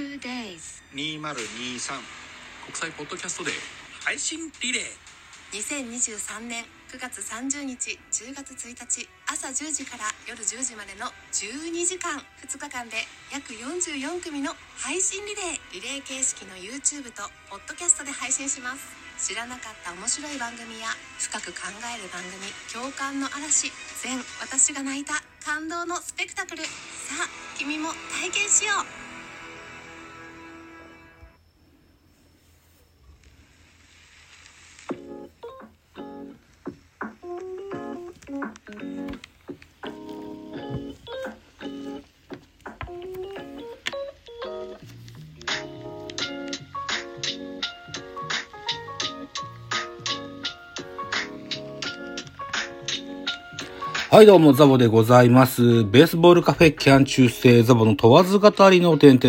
2023国際ポッドキャストデー配信リレー。 2023年9月30日10月1日朝10時から夜10時までの12時間2日間で約44組の配信リレー形式の YouTube とポッドキャストで配信します。知らなかった面白い番組や深く考える番組、共感の嵐、私が泣いた感動のスペクタクル。さあ君も体験しよう。 はいどうもザボでございます。ベースボールカフェキャン中世ザボの問わず語りの第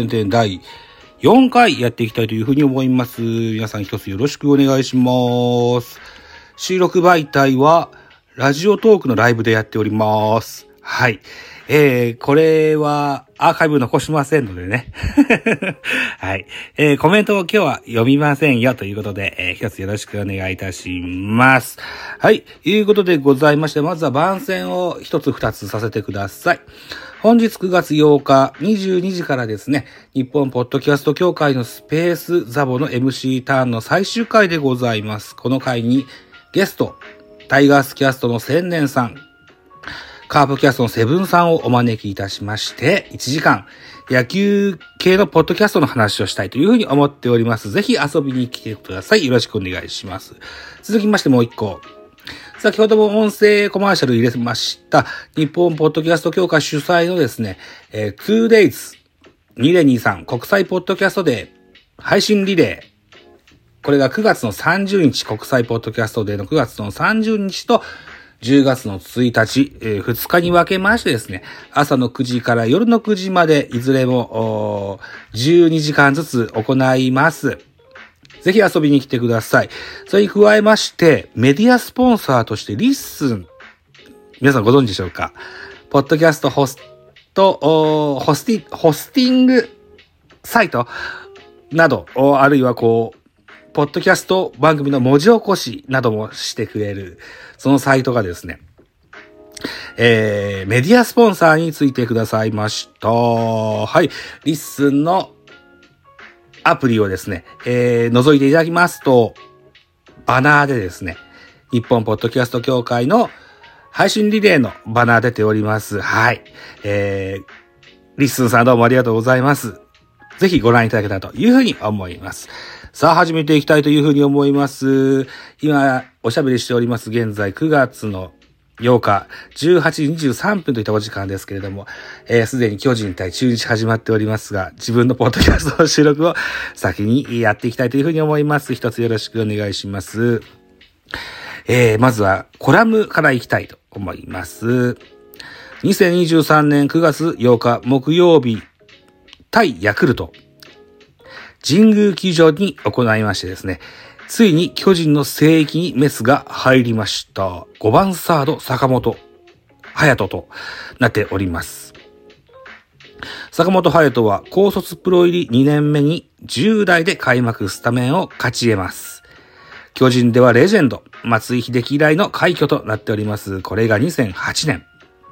4回やっていきたいというふうに思います。皆さん一つよろしくお願いします。収録媒体はラジオトークのライブでやっております。はい。これはアーカイブ残しませんのでね。はい。コメントを今日は読みませんよということで、一つよろしくお願いいたします。はい。いうことでございまして、まずは番宣を一つ二つさせてください。本日9月8日22時からですね、日本ポッドキャスト協会のスペースザボの MC ターンの最終回でございます。この回にゲスト、タイガースキャストの千年さん、カープキャストのセブンさんをお招きいたしまして、1時間野球系のポッドキャストの話をしたいというふうに思っております。ぜひ遊びに来てください。よろしくお願いします。続きましてもう一個。先ほども音声コマーシャル入れました、日本ポッドキャスト協会主催のですね、2days 2023国際ポッドキャストデー配信リレー。これが9月の30日、国際ポッドキャストデーの9月の30日と、10月の1日、2日に分けましてですね、朝の9時から夜の9時までいずれも12時間ずつ行います。ぜひ遊びに来てください。それに加えまして、メディアスポンサーとしてリッスン、皆さんご存知でしょうか？ポッドキャストホスティングサイトなど、あるいはポッドキャスト番組の文字起こしなどもしてくれる、そのサイトがですね、メディアスポンサーについてくださいました。はい。リッスンのアプリをですね、覗いていただきますと、バナーでですね、日本ポッドキャスト協会の配信リレーのバナー出ております。はい。リッスンさんどうもありがとうございます。ぜひご覧いただけたらというふうに思います。さあ始めていきたいというふうに思います。今おしゃべりしております現在9月の8日18時23分といったお時間ですけれども、すでに巨人対中日始まっておりますが、自分のポッドキャストの収録を先にやっていきたいというふうに思います。一つよろしくお願いします。まずはコラムからいきたいと思います。2023年9月8日木曜日、対ヤクルト神宮球場に行いましてですね、ついに巨人の聖域にメスが入りました。5番サード坂本勇人となっております。坂本勇人は高卒プロ入り2年目に10代で開幕スタメンを勝ち得ます。巨人ではレジェンド松井秀喜以来の快挙となっております。これが2008年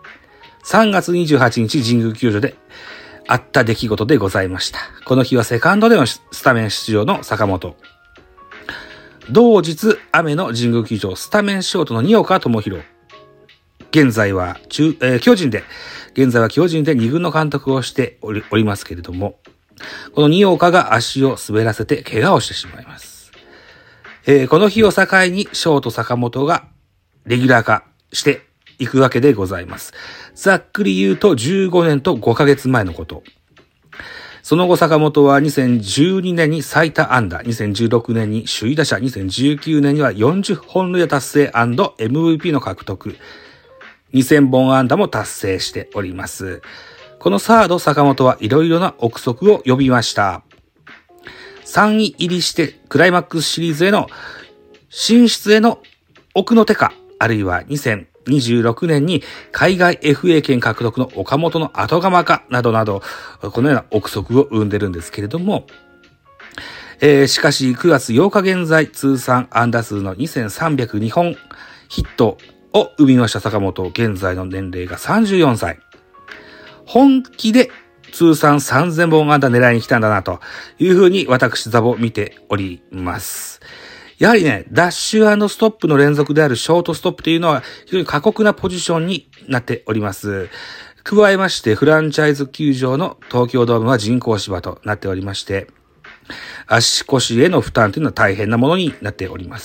3月28日神宮球場であった出来事でございました。この日はセカンドでのスタメン出場の坂本。同日、雨の神宮球場スタメンショートの二岡智弘。現在は巨人で2軍の監督をしておりますけれども、この二岡が足を滑らせて怪我をしてしまいます。この日を境にショート坂本がレギュラー化していくわけでございます。ざっくり言うと15年と5ヶ月前のこと。その後坂本は2012年に最多安打、2016年に首位打者、2019年には40本塁打達成&MVP の獲得、2000本安打も達成しております。このサード坂本はいろいろな憶測を呼びました。3位入りしてクライマックスシリーズへの進出への奥の手か、あるいは 26年に海外 FA 権獲得の岡本の後釜かなどなど、このような憶測を生んでるんですけれども、しかし9月8日現在通算安打数の2302本ヒットを生みました坂本、現在の年齢が34歳。本気で通算3000本安打狙いに来たんだなというふうに私ザボ見ております。やはりね、ダッシュ&ストップの連続であるショートストップというのは非常に過酷なポジションになっております。加えましてフランチャイズ球場の東京ドームは人工芝となっておりまして、足腰への負担というのは大変なものになっております。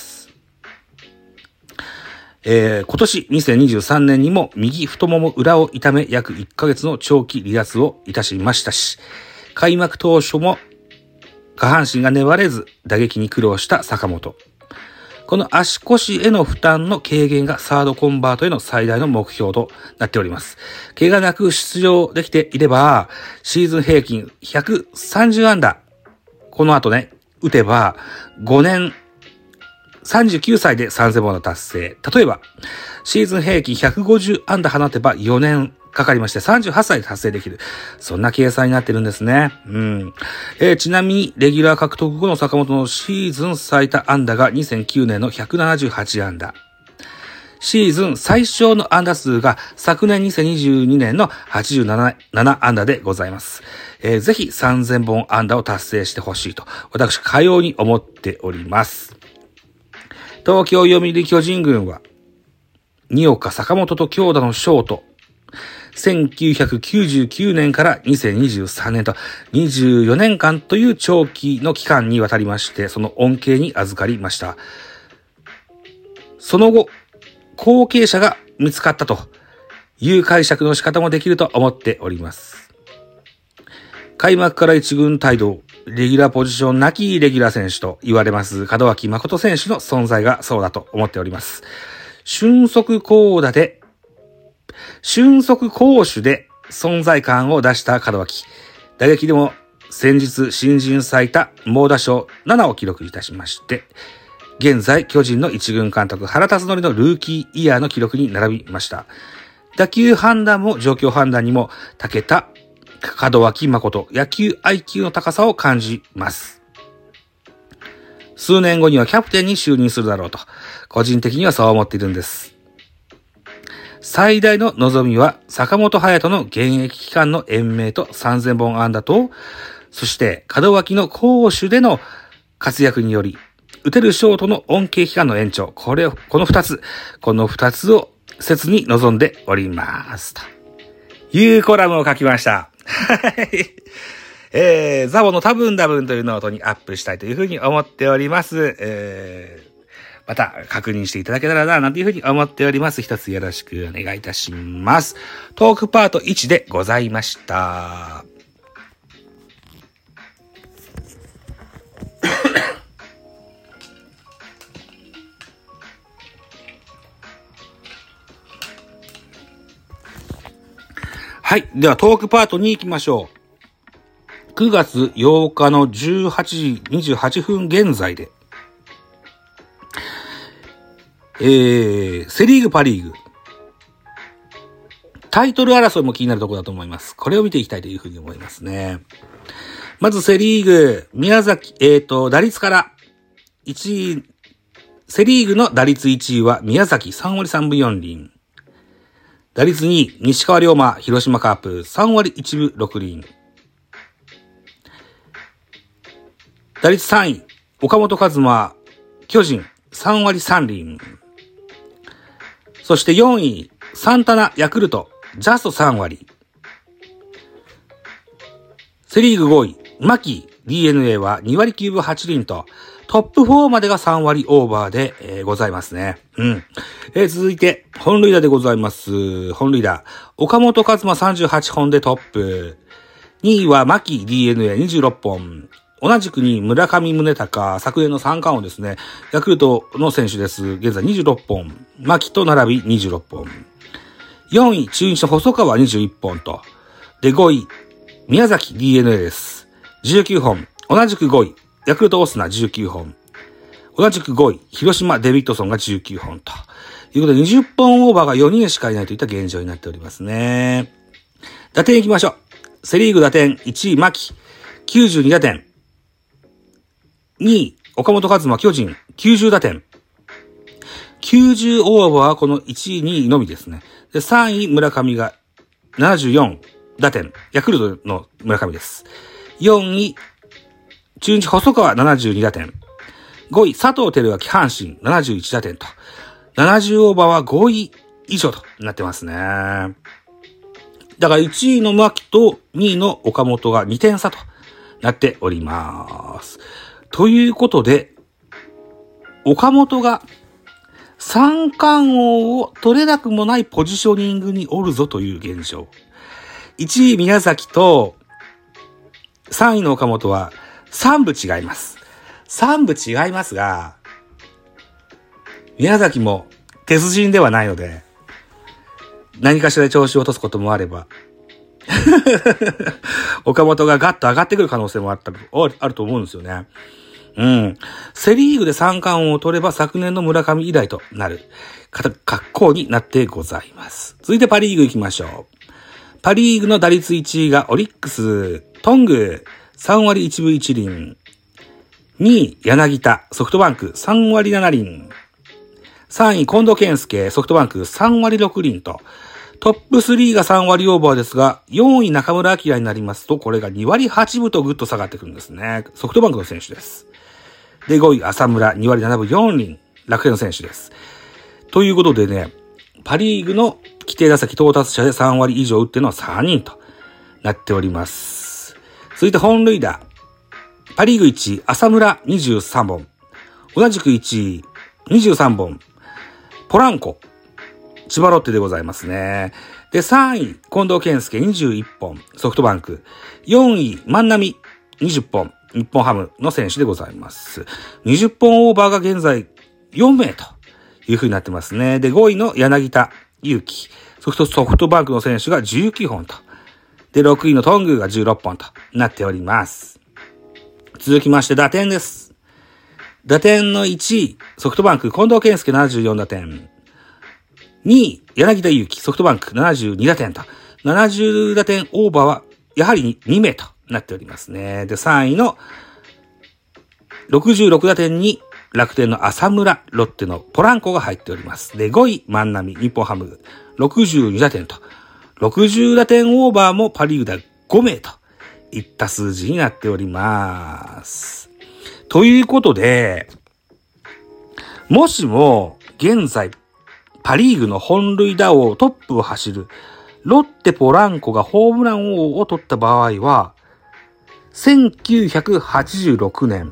今年2023年にも右太もも裏を痛め約1ヶ月の長期離脱をいたしましたし、開幕当初も下半身が粘れず打撃に苦労した坂本。この足腰への負担の軽減がサードコンバートへの最大の目標となっております。怪我なく出場できていれば、シーズン平均130安打。この後ね、打てば5年、39歳で3000本の達成。例えば、シーズン平均150安打放てば4年かかりまして38歳で達成できる。そんな計算になってるんですね。ちなみに、レギュラー獲得後の坂本のシーズン最多安打が2009年の178安打。シーズン最小の安打数が昨年2022年の87安打でございます。ぜひ3000本安打を達成してほしいと、私、かように思っております。東京読売巨人軍は、二岡坂本と強打のショート、1999年から2023年と24年間という長期の期間にわたりまして、その恩恵に預かりました。その後、後継者が見つかったという解釈の仕方もできると思っております。開幕から一軍帯同、レギュラーポジションなきレギュラー選手と言われます門脇誠選手の存在がそうだと思っております。俊足攻守で存在感を出した門脇。打撃でも先日新人最多猛打賞7を記録いたしまして、現在巨人の一軍監督原辰徳のルーキーイヤーの記録に並びました。打球判断も状況判断にも長けた門脇誠、野球 IQ の高さを感じます。数年後にはキャプテンに就任するだろうと、個人的にはそう思っているんです。最大の望みは坂本勇人の現役期間の延命と3000本安打と、そして門脇の攻守での活躍により、打てるショートの恩恵期間の延長、この二つを切に望んでおります。というコラムを書きました。ザボの多分多分というノートにアップしたいというふうに思っております。また確認していただけたらな、なんていうふうに思っております。一つよろしくお願いいたします。トークパート1でございました。はい。では、トークパート2行きましょう。9月8日の18時28分現在で、セリーグパリーグ。タイトル争いも気になるところだと思います。これを見ていきたいというふうに思いますね。まずセリーグ、宮崎、打率から1位、セリーグの打率1位は宮崎3割3分4厘。打率2位、西川龍馬、広島カープ、3割1分6厘。打率3位、岡本和真、巨人、3割3厘。そして4位、サンタナ、ヤクルト、ジャスト3割。セリーグ5位、牧、DNA は2割9分8厘と、トップ4までが3割オーバーで、ございますね。続いて、本塁打でございます。本塁打。岡本和真38本でトップ。2位は牧 DNA26 本。同じく2位村上宗隆、昨年の三冠王ですね。ヤクルトの選手です。現在26本。牧と並び26本。4位、中日の細川21本と。で、5位、宮崎 DNA です。19本。同じく5位。ヤクルトオスナ19本。同じく5位、広島デビッドソンが19本ということで20本オーバーが4人しかいないといった現状になっておりますね。打点いきましょう。セリーグ打点1位牧92打点。2位岡本和真巨人90打点。90オーバーはこの1位2位のみですね。で、3位村上が74打点。ヤクルトの村上です。4位中日細川72打点。5位佐藤輝明阪神71打点と。70オーバーは5位以上となってますね。だから1位の牧と2位の岡本が2点差となっております。ということで、岡本が三冠王を取れなくもないポジショニングにおるぞという現象。1位宮崎と3位の岡本は3部違います。3部違いますが、宮崎も鉄人ではないので、何かしらで調子を落とすこともあれば、岡本がガッと上がってくる可能性もあると思うんですよね。うん。セリーグで三冠王を取れば昨年の村上以来となる格好になってございます。続いてパリーグ行きましょう。パリーグの打率1位がオリックス、トング、3割1分1厘。2位、柳田、ソフトバンク、3割7厘。3位、近藤健介、ソフトバンク、3割6厘と、トップ3が3割オーバーですが、4位中村晃になりますと、これが2割8分とぐっと下がってくるんですね。ソフトバンクの選手です。で、5位、浅村、2割7分4厘、楽天の選手です。ということでね、パリーグの規定打席到達者で3割以上打ってるのは3人となっております。続いて本塁打。パリーグ1位、浅村23本。同じく1位、23本。ポランコ。千葉ロッテでございますね。で、3位、近藤健介21本。ソフトバンク。4位、万波20本。日本ハムの選手でございます。20本オーバーが現在4名という風になってますね。で、5位の柳田悠岐。ソフトバンクの選手が19本と。で、6位のトングが16本となっております。続きまして打点です。打点の1位、ソフトバンク、近藤健介74打点。2位、柳田悠岐、ソフトバンク72打点と。70打点オーバーはやはり2名となっておりますね。で、3位の66打点に楽天の浅村、ロッテのポランコが入っております。で、5位、万波、日本ハム、62打点と。60打点オーバーもパリーグで5名といった数字になっております。ということで、もしも現在パリーグの本塁打王トップを走るロッテポランコがホームラン王を取った場合は、1986年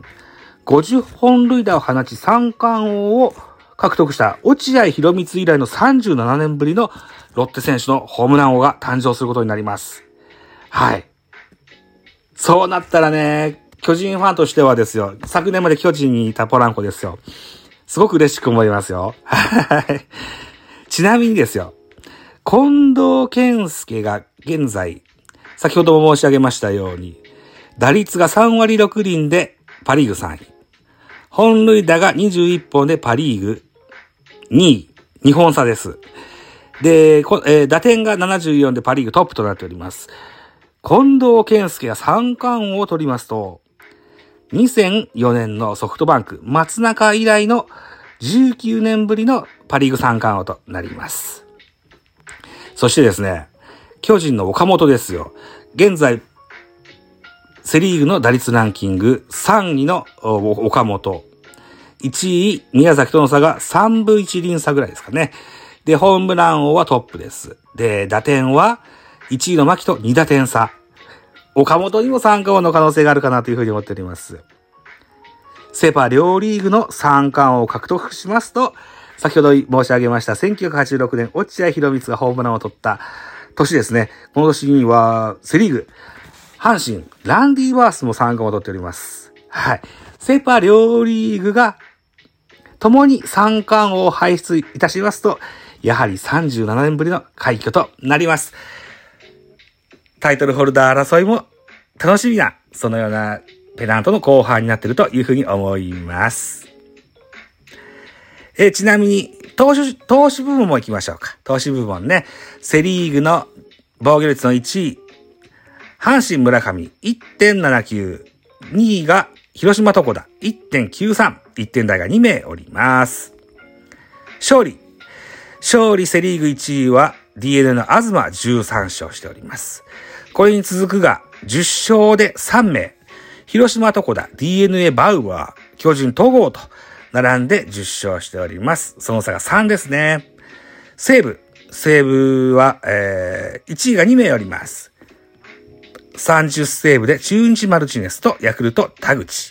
50本塁打を放ち三冠王を獲得した落合博満以来の37年ぶりのロッテ選手のホームラン王が誕生することになります。はい。そうなったらね、巨人ファンとしてはですよ、昨年まで巨人にいたポランコですよ。すごく嬉しく思いますよ。はい。ちなみにですよ、近藤健介が現在、先ほども申し上げましたように、打率が3割6厘でパリーグ3位。本塁打が21本でパリーグ2位。2本差です。で、打点が74でパリーグトップとなっております。近藤健介が三冠王を取りますと、2004年のソフトバンク松中以来の19年ぶりのパリーグ三冠王となります。そしてですね、巨人の岡本ですよ。現在、セリーグの打率ランキング3位の岡本。1位、宮崎との差が3分1厘差ぐらいですかね。で、ホームラン王はトップです。で、打点は1位の牧と2打点差。岡本にも三冠王の可能性があるかなというふうに思っております。セパ両リーグの三冠王を獲得しますと、先ほど申し上げました1986年落合博満がホームランを取った年ですね。この年にはセリーグ、阪神、ランディバースも三冠を取っております。はい。セパ両リーグが共に三冠王を輩出いたしますと、やはり37年ぶりの快挙となります。タイトルホルダー争いも楽しみな、そのようなペナントの後半になっているというふうに思います。ちなみに、 投手部門も行きましょうか。投手部門ね。セリーグの防御率の1位、阪神村上 1.79。2位が広島床田 1.93。1点台が2名おります。勝利セリーグ1位は DNA の東13勝しております。これに続くが10勝で3名。広島床田、DNA バウアー、巨人戸郷と並んで10勝しております。その差が3ですね。西武は、1位が2名おります。30セーブで中日マルチネスとヤクルト田口。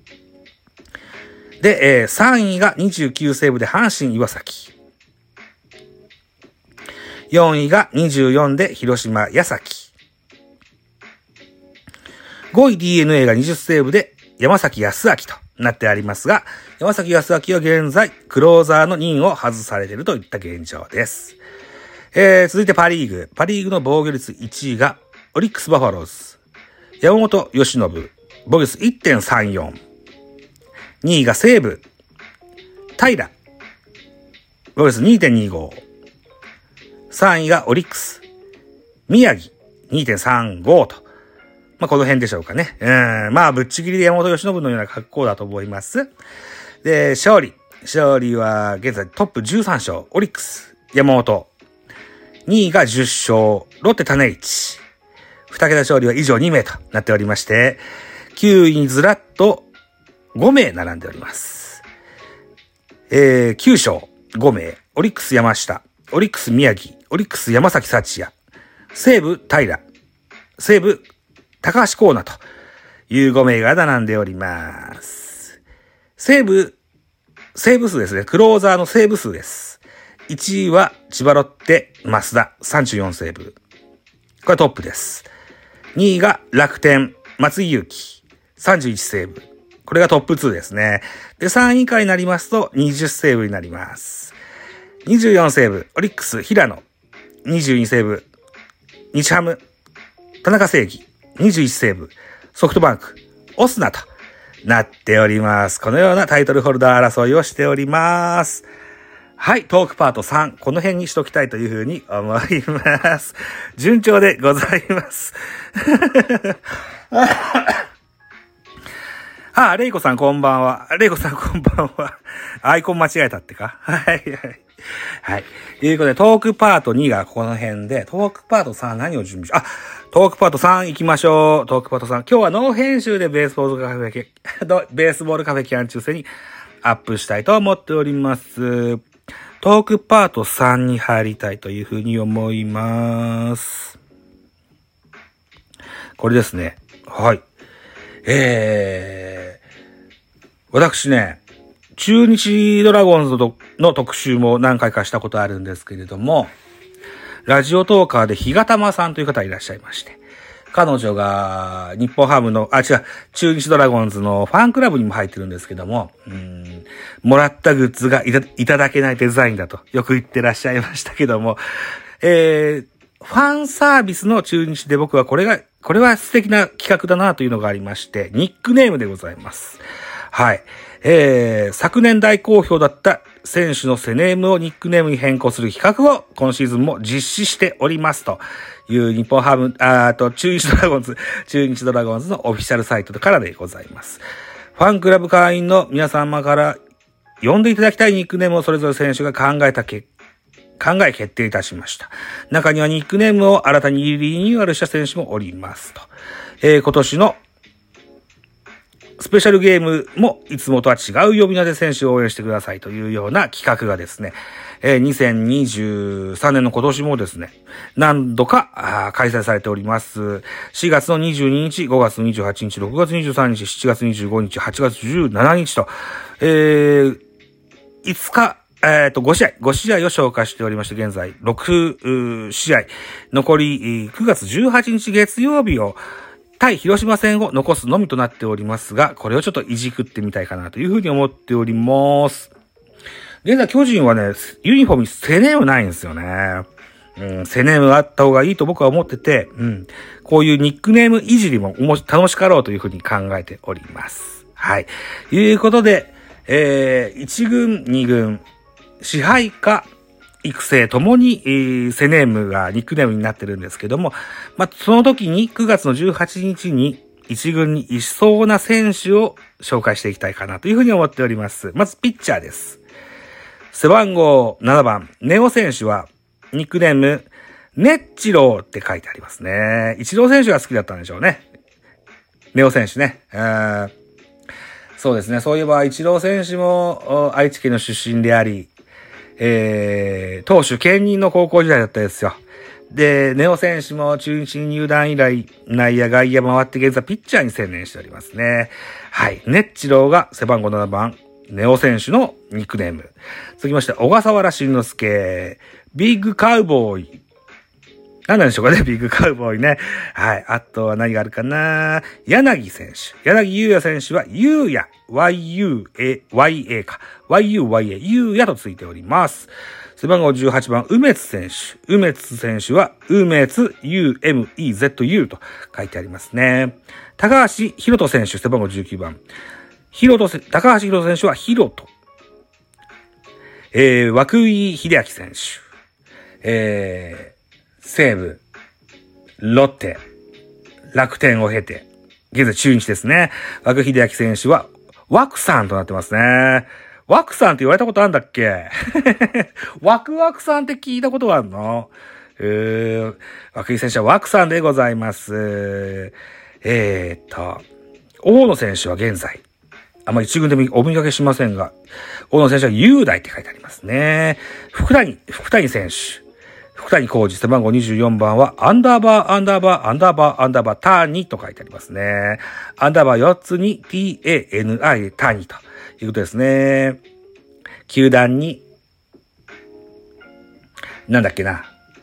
で、3位が29セーブで阪神岩崎。4位が24で広島矢崎。5位 DNA が20セーブで山崎康明となってありますが、山崎康明は現在クローザーの任を外されているといった現状です。続いてパリーグの防御率1位がオリックスバファローズ。山本由伸、防御率 1.34。2位が西武。平。防御率 2.25。3位がオリックス。宮城。2.35 と。この辺でしょうかね。ぶっちぎりで山本由伸のような格好だと思います。で、勝利は現在トップ13勝。オリックス。山本。2位が10勝。ロッテ種市。2桁勝利は以上2名となっておりまして、9位にずらっと5名並んでおります。9勝5名。オリックス山下。オリックス宮城。オリックス山崎幸也。西武平。西武高橋光成という5名が並んでおります。セーブ数ですね。クローザーのセーブ数です。1位は千葉ロッテ増田34セーブ。これトップです。2位が楽天松井裕樹31セーブ。これがトップ2ですね。で、3位以下になりますと20セーブになります。24セーブ、オリックス平野22セーブ。日ハム田中正義21セーブ。ソフトバンクオスナとなっております。このようなタイトルホルダー争いをしております。はい、トークパート3、この辺にしときたいというふうに思います。順調でございます。レイコさんこんばんは。アイコン間違えたってか。はい。ということで、トークパート2がこの辺で、トークパート3何を準備し、トークパート3行きましょう。トークパート3。今日はノー編集でベースボールカフェキャン中世にアップしたいと思っております。トークパート3に入りたいというふうに思います。これですね。はい。私ね、中日ドラゴンズの特集も何回かしたことあるんですけれども、ラジオトーカーで日賀玉さんという方いらっしゃいまして、彼女が日本ハムの、中日ドラゴンズのファンクラブにも入ってるんですけども、もらったグッズがいただけないデザインだとよく言ってらっしゃいましたけども、ファンサービスの中日で僕はこれは素敵な企画だなというのがありまして、ニックネームでございます。はい。昨年大好評だった選手の背ネームをニックネームに変更する企画を今シーズンも実施しておりますという日本ハム、中日ドラゴンズのオフィシャルサイトからでございます。ファンクラブ会員の皆様から呼んでいただきたいニックネームをそれぞれ選手が考え決定いたしました。中にはニックネームを新たにリニューアルした選手もおりますと。今年のスペシャルゲームもいつもとは違う呼び名で選手を応援してくださいというような企画がですね、2023年の今年もですね、何度か開催されております。4月の22日、5月28日、6月23日、7月25日、8月17日と、5日、5試合を消化しておりまして、現在6試合、残り9月18日月曜日を対広島戦を残すのみとなっておりますが、これをちょっといじくってみたいかなというふうに思っております。現在巨人はね、ユニフォームに背ネームないんですよね。背ネームがあった方がいいと僕は思ってて、こういうニックネームいじりも楽しかろうというふうに考えております。はい。いうことで、1軍、2軍、 支配下、育成ともに、セネームがニックネームになってるんですけども、その時に9月の18日に一軍にいそうな選手を紹介していきたいかなというふうに思っております。まずピッチャーです。背番号7番、ネオ選手はニックネーム、ネッチローって書いてありますね。イチロー選手が好きだったんでしょうね。ネオ選手ね。そうですね。そういえばイチロー選手も愛知県の出身であり、投手兼任の高校時代だったですよ。で、ネオ選手も中日入団以来、内野外野回って現在ピッチャーに専念しておりますね。はい。ネッチローが背番号7番、ネオ選手のニックネーム。続きまして、小笠原慎之介、ビッグカウボーイ。何なんでしょうかね、ビッグカウボーイね。はい。あとは何があるかな。柳選手。柳優也選手は、優也。YUA か。YUYA。優也とついております。背番号18番、梅津選手。梅津選手は、梅津 UMEZU と書いてありますね。高橋宏斗選手、背番号19番。高橋宏斗選手は、宏斗。涌井秀明選手。西武、ロッテ、楽天を経て、現在中日ですね。涌井秀明選手は、ワクさんとなってますね。ワクさんって言われたことあるんだっけワクワクさんって聞いたことがあるの涌井選手はワクさんでございます。大野選手は現在、あんまり一軍でお見かけしませんが、大野選手は雄大って書いてありますね。福谷選手。福谷浩二、背番号24番は、アンダーバー、ターニと書いてありますね。アンダーバー4つに TANI でターニということですね。球団に、なんだっけな、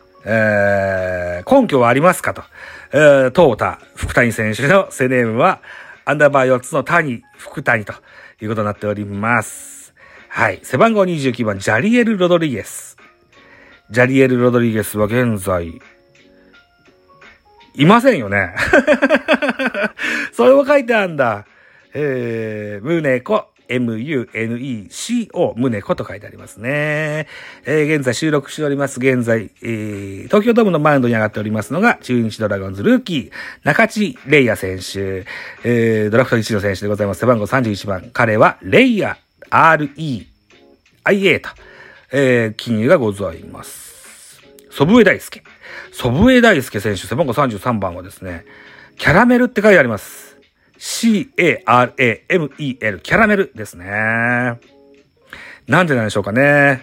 根拠はありますかと、問うた福谷選手のセネームは、アンダーバー4つの福谷ということになっております。はい。背番号29番、ジャリエル・ロドリゲス。ジャリエル・ロドリゲスは現在、いませんよね。それも書いてあるんだ。宗子、MUNECO、宗子と書いてありますね。現在収録しております。現在、東京ドームのマウンドに上がっておりますのが、中日ドラゴンズルーキー、中地レイヤ選手、ドラフト1の選手でございます。背番号31番。彼は、レイヤ、REIA と。記入がございます。祖父江大輔選手、背番号33番はですね、キャラメルって書いてあります。CARAMEL、キャラメルですね。なんでなんでしょうかね。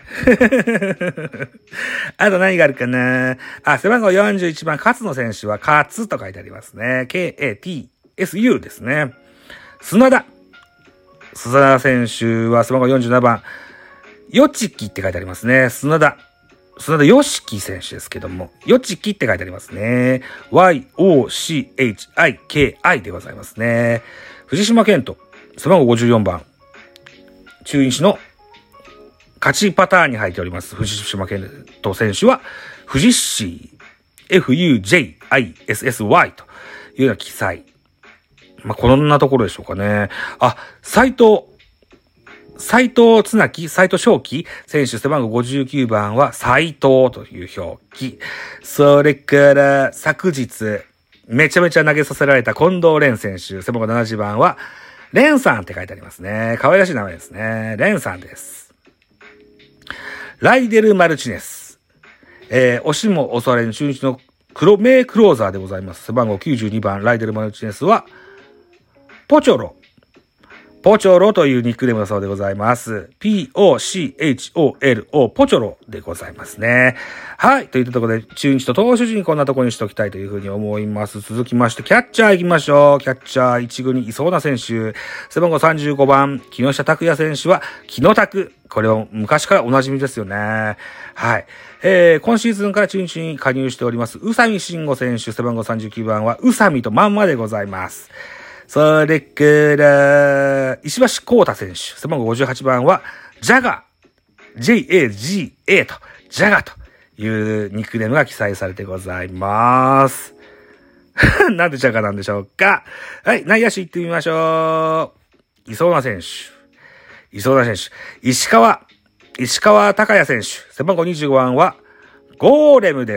あと何があるかな。背番号41番、勝野選手は、勝と書いてありますね。KATSU ですね。砂田選手は、背番号47番、よちきって書いてありますね。砂田よしき選手ですけども、よちきって書いてありますね。YOCHIKI でございますね。藤島健人、背番号54番。中日の勝ちパターンに入っております。藤島健人選手は、フジッシー、FUJISSY というような記載。こんなところでしょうかね。斎藤正樹選手、背番号59番は斎藤という表記。それから、昨日、めちゃめちゃ投げさせられた近藤蓮選手、背番号70番は、蓮さんって書いてありますね。可愛らしい名前ですね。蓮さんです。ライデル・マルチネス。押しも襲われる中日の名クローザーでございます。背番号92番、ライデル・マルチネスは、ポチョロというニックネームだそうでございます。POCHOLO、ポチョロでございますね。はい。といったところで、中日と投手陣こんなところにしておきたいというふうに思います。続きまして、キャッチャー行きましょう。キャッチャー一軍にいそうな選手。背番号35番、木下拓也選手は、木野拓。これは昔からお馴染みですよね。はい。今シーズンから中日に加入しております。宇佐美慎吾選手、背番号39番は、宇佐美とまんまでございます。それから、石橋光太選手、背番号58番は、ジャガ、JAGA と、ジャガというニックネームが記載されてございます。なんでジャガなんでしょうか。はい、内野手行ってみましょう。磯田選手。石川石川昂弥選手、背番号25番は、ゴーレムです。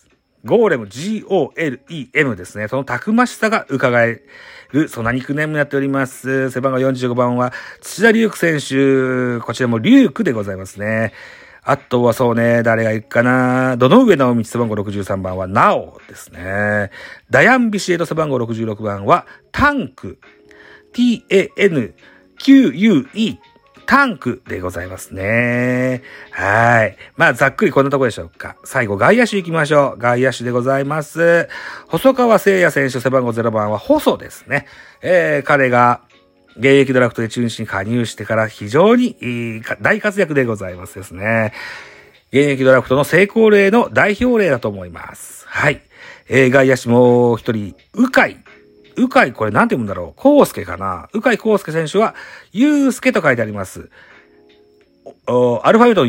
ゴーレム、GOLEM ですね。そのたくましさが伺える、そんなニックネームになっております。背番号45番は、土田龍空選手、こちらも龍空でございますね。あとはそうね、誰がいるかな。どの上直道背番号63番は、なおですね。ダヤンビシエド背番号66番は、タンク。TANQUE。タンクでございますね。はい。まあ、ざっくりこんなとこでしょうか。最後、外野手行きましょう。外野手でございます。細川聖也選手、背番号0番は細ですね。彼が、現役ドラフトで中日に加入してから非常に大活躍でございますですね。現役ドラフトの成功例の代表例だと思います。はい。外野手もう一人、鵜飼、これなんて読むんだろう。康介かな。鵜飼康介選手は、祐介と書いてあります。アルファベットの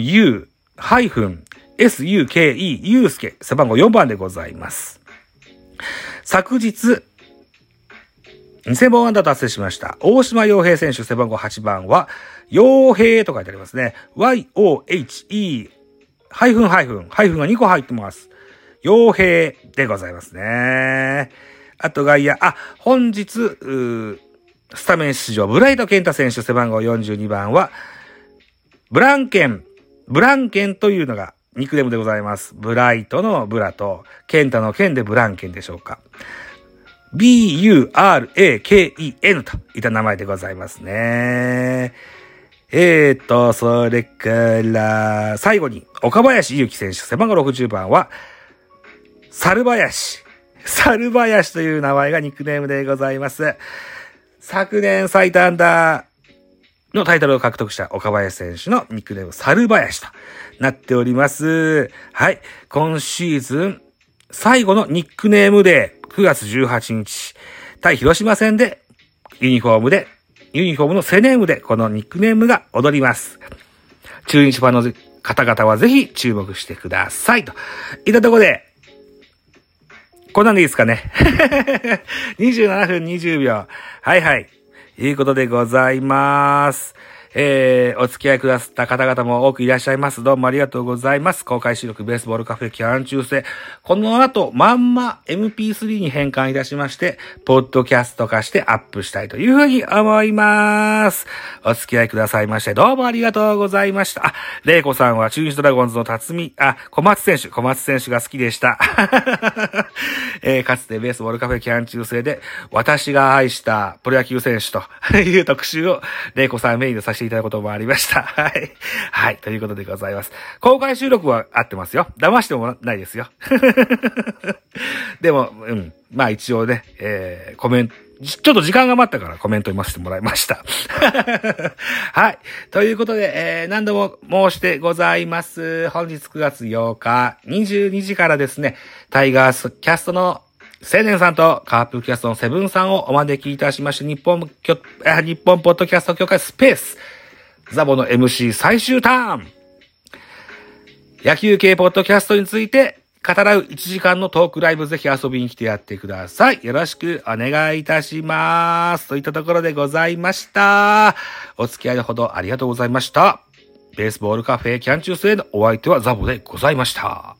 U-SUKE、祐介、背番号4番でございます。昨日、2000本安打達成しました。大島洋平選手、背番号8番は、洋平と書いてありますね。YOHE、ハイフンが2個入ってます。洋平でございますね。あと外野、本日、スタメン出場、ブライト健太選手、背番号42番は、ブランケンというのがニックネームでございます。ブライトのブラと、健太の健でブランケンでしょうか。BURAKEN といった名前でございますね。それから、最後に、岡林祐希選手、背番号60番は、猿林という名前がニックネームでございます。昨年最多安打のタイトルを獲得した岡林選手のニックネーム、猿林となっております。はい。今シーズン最後のニックネームで9月18日、対広島戦でユニフォームの背ネームでこのニックネームが踊ります。中日ファンの方々はぜひ注目してください。といったところで、こんなんでいいですかね。27分20秒。はい。いうことでございます。お付き合いくださった方々も多くいらっしゃいます。どうもありがとうございます。公開収録ベースボールカフェ期間中制。この後、まんま MP3 に変換いたしまして、ポッドキャスト化してアップしたいというふうに思います。お付き合いくださいまして、どうもありがとうございました。レイコさんは中日ドラゴンズの小松選手が好きでした。かつてベースボールカフェ期間中制で、私が愛したプロ野球選手という特集をレイコさんメインでさせていただくこともありました。はい。ということでございます。公開収録は合ってますよ。騙してもないですよ。でも、まあ一応ね、コメント、ちょっと時間が待ったからコメント読ませてもらいました。はい。ということで、何度も申してございます。本日9月8日、22時からですね、タイガースキャストの青年さんとカープキャストのセブンさんをお招きいたしまして、日本ポッドキャスト協会スペース、ザボの MC 最終ターン。野球系ポッドキャストについて語らう1時間のトークライブ、ぜひ遊びに来てやってください。よろしくお願いいたします。といったところでございました。お付き合いのほどありがとうございました。ベースボールカフェキャン中制のお相手はザボでございました。